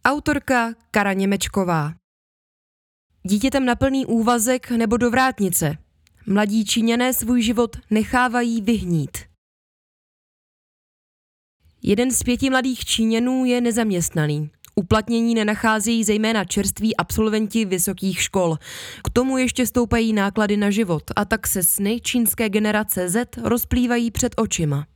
Autorka Kara Němečková. Dítětem na plný úvazek nebo do vrátnice. Mladí Číňané svůj život nechávají vyhnít. 1 z 5 mladých Číňanů je nezaměstnaný. Uplatnění nenacházejí zejména čerství absolventi vysokých škol. K tomu ještě stoupají náklady na život a tak se sny čínské generace Z rozplývají před očima.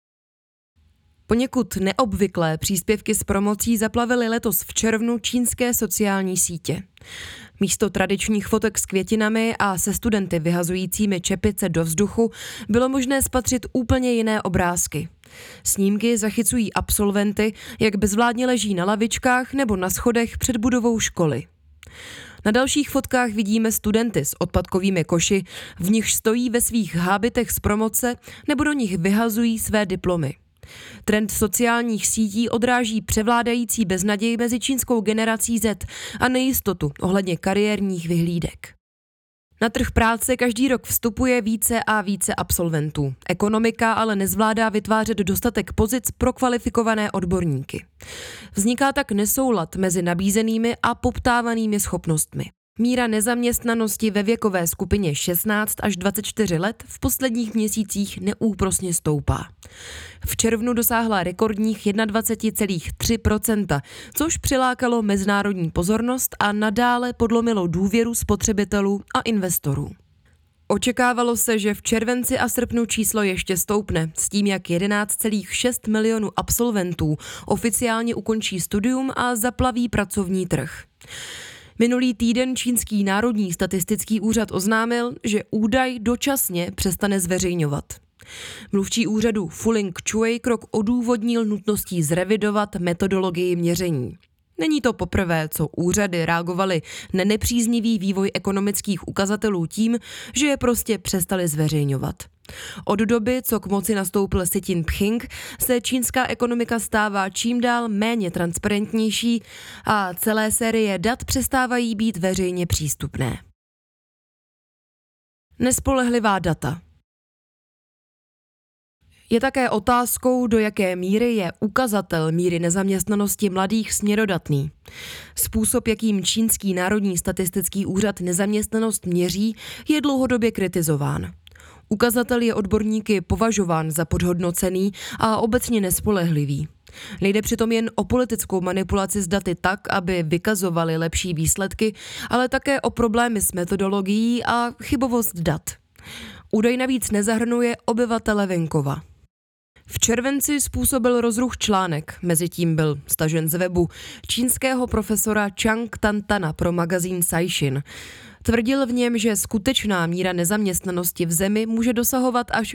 Poněkud neobvyklé příspěvky s promocí zaplavily letos v červnu čínské sociální sítě. Místo tradičních fotek s květinami a se studenty vyhazujícími čepice do vzduchu bylo možné spatřit úplně jiné obrázky. Snímky zachycují absolventy, jak bezvládně leží na lavičkách nebo na schodech před budovou školy. Na dalších fotkách vidíme studenty s odpadkovými koši, v nichž stojí ve svých hábitech z promoce nebo do nich vyhazují své diplomy. Trend sociálních sítí odráží převládající beznaděj mezi čínskou generací Z a nejistotu ohledně kariérních vyhlídek. Na trh práce každý rok vstupuje více a více absolventů. Ekonomika ale nezvládá vytvářet dostatek pozic pro kvalifikované odborníky. Vzniká tak nesoulad mezi nabízenými a poptávanými schopnostmi. Míra nezaměstnanosti ve věkové skupině 16 až 24 let v posledních měsících neúprosně stoupá. V červnu dosáhla rekordních 21,3%, což přilákalo mezinárodní pozornost a nadále podlomilo důvěru spotřebitelů a investorů. Očekávalo se, že v červenci a srpnu číslo ještě stoupne, s tím jak 11,6 milionů absolventů oficiálně ukončí studium a zaplaví pracovní trh. Minulý týden čínský národní statistický úřad oznámil, že údaj dočasně přestane zveřejňovat. Mluvčí úřadu Fu Lingchui krok odůvodnil nutností zrevidovat metodologii měření. Není to poprvé, co úřady reagovaly na nepříznivý vývoj ekonomických ukazatelů tím, že je prostě přestali zveřejňovat. Od doby, co k moci nastoupil Xi Jinping, se čínská ekonomika stává čím dál méně transparentnější a celé série dat přestávají být veřejně přístupné. Nespolehlivá data. Je také otázkou, do jaké míry je ukazatel míry nezaměstnanosti mladých směrodatný. Způsob, jakým čínský národní statistický úřad nezaměstnanost měří, je dlouhodobě kritizován. Ukazatel je odborníky považován za podhodnocený a obecně nespolehlivý. Nejde přitom jen o politickou manipulaci s daty tak, aby vykazovaly lepší výsledky, ale také o problémy s metodologií a chybovost dat. Údaj navíc nezahrnuje obyvatele venkova. V červenci způsobil rozruch článek, mezitím byl stažen z webu, čínského profesora Chang Tantana pro magazín Caixin. Tvrdil v něm, že skutečná míra nezaměstnanosti v zemi může dosahovat až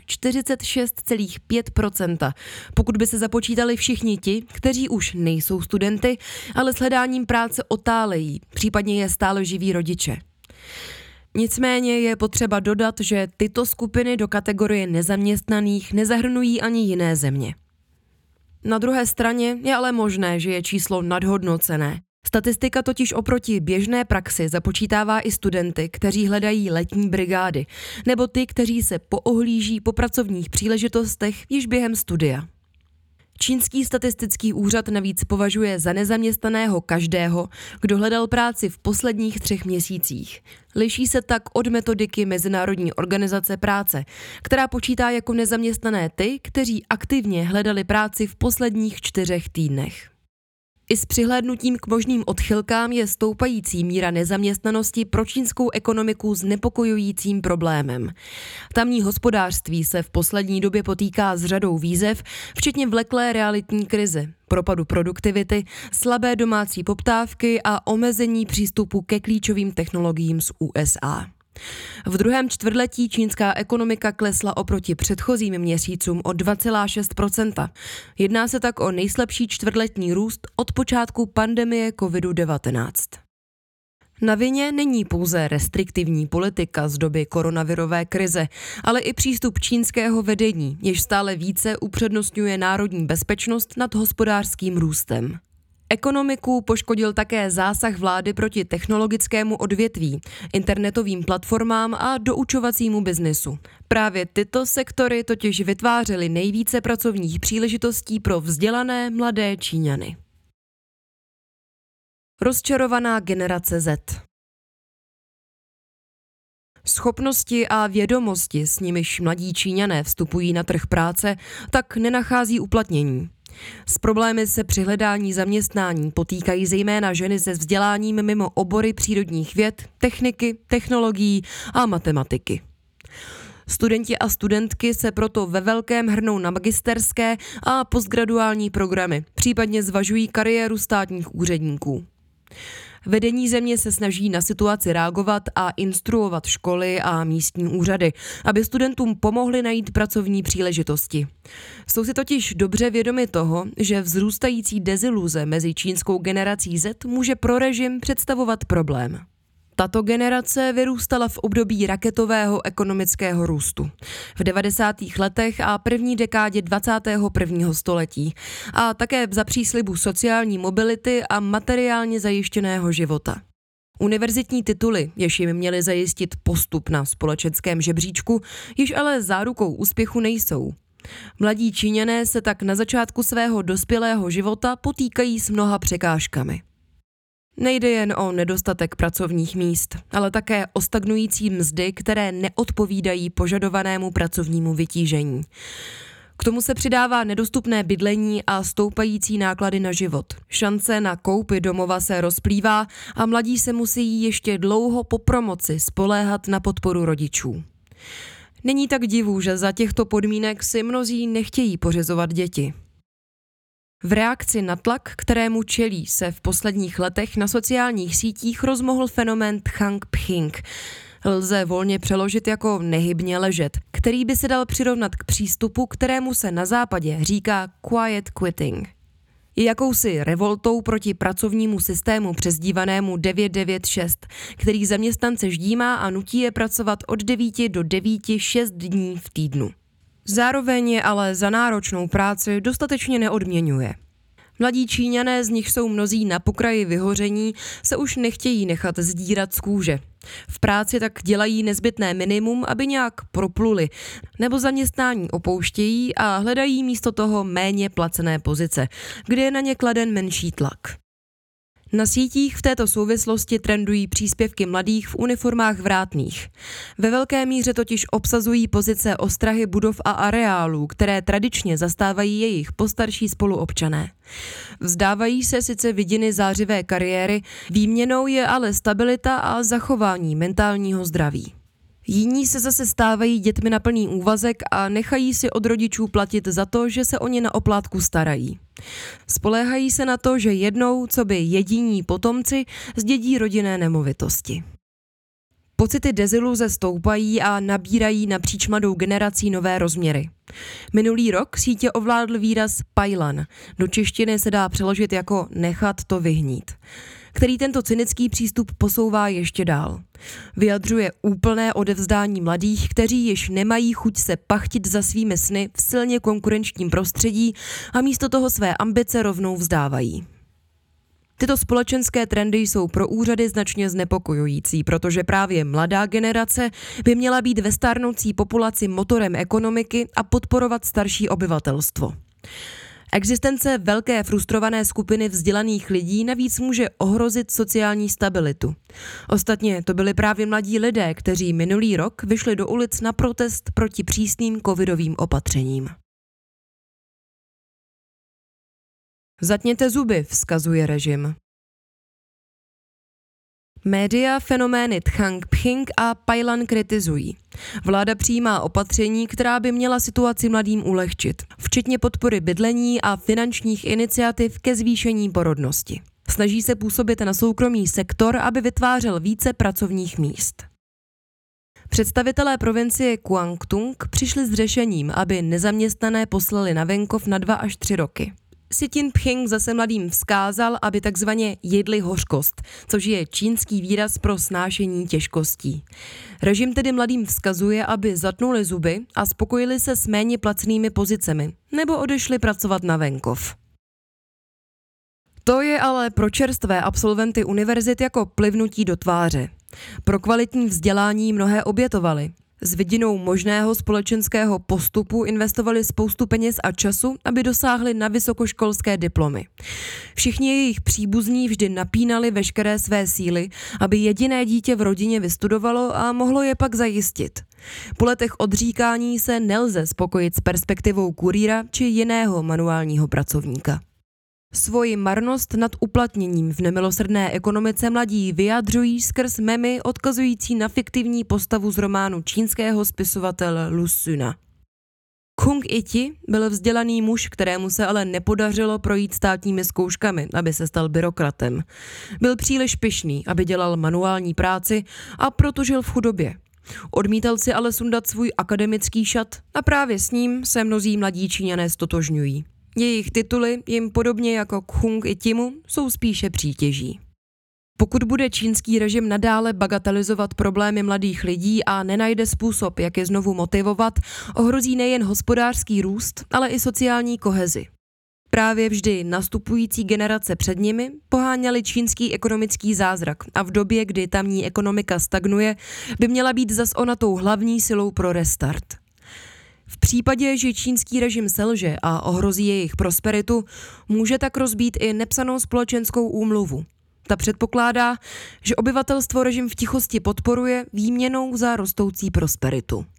46,5%, pokud by se započítali všichni ti, kteří už nejsou studenty, ale s hledáním práce otálejí, případně je stále živí rodiče. Nicméně je potřeba dodat, že tyto skupiny do kategorie nezaměstnaných nezahrnují ani jiné země. Na druhé straně je ale možné, že je číslo nadhodnocené. Statistika totiž oproti běžné praxi započítává i studenty, kteří hledají letní brigády, nebo ty, kteří se poohlíží po pracovních příležitostech již během studia. Čínský statistický úřad navíc považuje za nezaměstnaného každého, kdo hledal práci v posledních 3 měsících. Liší se tak od metodiky Mezinárodní organizace práce, která počítá jako nezaměstnané ty, kteří aktivně hledali práci v posledních 4 týdnech. I s přihlédnutím k možným odchylkám je stoupající míra nezaměstnanosti pro čínskou ekonomiku znepokojujícím problémem. Tamní hospodářství se v poslední době potýká s řadou výzev, včetně vleklé realitní krize, propadu produktivity, slabé domácí poptávky a omezení přístupu ke klíčovým technologiím z USA. V druhém čtvrtletí čínská ekonomika klesla oproti předchozím měsícům o 2,6%. Jedná se tak o nejslabší čtvrtletní růst od počátku pandemie COVID-19. Na vině není pouze restriktivní politika z doby koronavirové krize, ale i přístup čínského vedení, jež stále více upřednostňuje národní bezpečnost nad hospodářským růstem. Ekonomiku poškodil také zásah vlády proti technologickému odvětví, internetovým platformám a doučovacímu biznesu. Právě tyto sektory totiž vytvářely nejvíce pracovních příležitostí pro vzdělané mladé Číňany. Rozčarovaná generace Z. Schopnosti a vědomosti, s nimiž mladí Číňané vstupují na trh práce, tak nenachází uplatnění. S problémy se při hledání zaměstnání potýkají zejména ženy se vzděláním mimo obory přírodních věd, techniky, technologií a matematiky. Studenti a studentky se proto ve velkém hrnou na magisterské a postgraduální programy, případně zvažují kariéru státních úředníků. Vedení země se snaží na situaci reagovat a instruovat školy a místní úřady, aby studentům pomohli najít pracovní příležitosti. Jsou si totiž dobře vědomi toho, že vzrůstající deziluze mezi čínskou generací Z může pro režim představovat problém. Tato generace vyrůstala v období raketového ekonomického růstu v 90. letech a první dekádě 21. století a také za příslibu sociální mobility a materiálně zajištěného života. Univerzitní tituly, jež jim měly zajistit postup na společenském žebříčku, již ale zárukou úspěchu nejsou. Mladí Číňané se tak na začátku svého dospělého života potýkají s mnoha překážkami. Nejde jen o nedostatek pracovních míst, ale také o stagnující mzdy, které neodpovídají požadovanému pracovnímu vytížení. K tomu se přidává nedostupné bydlení a stoupající náklady na život. Šance na koupi domova se rozplývá a mladí se musí ještě dlouho po promoci spoléhat na podporu rodičů. Není tak divu, že za těchto podmínek si mnozí nechtějí pořizovat děti. V reakci na tlak, kterému čelí, se v posledních letech na sociálních sítích rozmohl fenomén Tchang Pching. Lze volně přeložit jako nehybně ležet, který by se dal přirovnat k přístupu, kterému se na západě říká quiet quitting. Je jakousi revoltou proti pracovnímu systému přezdívanému 996, který zaměstnance ždímá a nutí je pracovat od 9 do 9 6 dní v týdnu. Zároveň je ale za náročnou práci dostatečně neodměňuje. Mladí Číňané, z nich jsou mnozí na pokraji vyhoření, se už nechtějí nechat zdírat z kůže. V práci tak dělají nezbytné minimum, aby nějak propluli, nebo zaměstnání opouštějí a hledají místo toho méně placené pozice, kde je na ně kladen menší tlak. Na sítích v této souvislosti trendují příspěvky mladých v uniformách vrátných. Ve velké míře totiž obsazují pozice ostrahy budov a areálů, které tradičně zastávají jejich postarší spoluobčané. Vzdávají se sice vidiny zářivé kariéry, výměnou je ale stabilita a zachování mentálního zdraví. Jiní se zase stávají dětmi na plný úvazek a nechají si od rodičů platit za to, že se o ně na oplátku starají. Spoléhají se na to, že jednou, co by jediní potomci, zdědí rodinné nemovitosti. Pocity deziluze stoupají a nabírají napříč mladou generací nové rozměry. Minulý rok sítě ovládl výraz pajlan, do češtiny se dá přeložit jako nechat to vyhnít, který tento cynický přístup posouvá ještě dál. Vyjadřuje úplné odevzdání mladých, kteří již nemají chuť se pachtit za svými sny v silně konkurenčním prostředí a místo toho své ambice rovnou vzdávají. Tyto společenské trendy jsou pro úřady značně znepokojující, protože právě mladá generace by měla být ve stárnoucí populaci motorem ekonomiky a podporovat starší obyvatelstvo. Existence velké frustrované skupiny vzdělaných lidí navíc může ohrozit sociální stabilitu. Ostatně to byli právě mladí lidé, kteří minulý rok vyšli do ulic na protest proti přísným covidovým opatřením. Zatněte zuby, vzkazuje režim. Média fenomény Tchang Pching a pajlan kritizují. Vláda přijímá opatření, která by měla situaci mladým ulehčit, včetně podpory bydlení a finančních iniciativ ke zvýšení porodnosti. Snaží se působit na soukromý sektor, aby vytvářel více pracovních míst. Představitelé provincie Guangdong přišli s řešením, aby nezaměstnané poslali na venkov na 2 až 3 roky. Xi Jinping zase mladým vzkázal, aby takzvaně jedli hořkost, což je čínský výraz pro snášení těžkostí. Režim tedy mladým vzkazuje, aby zatnuli zuby a spokojili se s méně placenými pozicemi, nebo odešli pracovat na venkov. To je ale pro čerstvé absolventy univerzit jako plivnutí do tváře. Pro kvalitní vzdělání mnohé obětovali. S vidinou možného společenského postupu investovali spoustu peněz a času, aby dosáhli na vysokoškolské diplomy. Všichni jejich příbuzní vždy napínali veškeré své síly, aby jediné dítě v rodině vystudovalo a mohlo je pak zajistit. Po letech odříkání se nelze spokojit s perspektivou kurýra či jiného manuálního pracovníka. Svoji marnost nad uplatněním v nemilosrdné ekonomice mladí vyjadřují skrz memy odkazující na fiktivní postavu z románu čínského spisovatele Lu Xuna. Kung Iti byl vzdělaný muž, kterému se ale nepodařilo projít státními zkouškami, aby se stal byrokratem. Byl příliš pyšný, aby dělal manuální práci, a proto žil v chudobě. Odmítal si ale sundat svůj akademický šat a právě s ním se mnozí mladí Číňané stotožňují. Jejich tituly jim podobně jako Kung Itimu jsou spíše přítěží. Pokud bude čínský režim nadále bagatelizovat problémy mladých lidí a nenajde způsob, jak je znovu motivovat, ohrozí nejen hospodářský růst, ale i sociální kohezi. Právě vždy nastupující generace před nimi poháněly čínský ekonomický zázrak a v době, kdy tamní ekonomika stagnuje, by měla být zas ona tou hlavní silou pro restart. V případě, že čínský režim selže a ohrozí jejich prosperitu, může tak rozbít i nepsanou společenskou úmluvu. Ta předpokládá, že obyvatelstvo režim v tichosti podporuje výměnou za rostoucí prosperitu.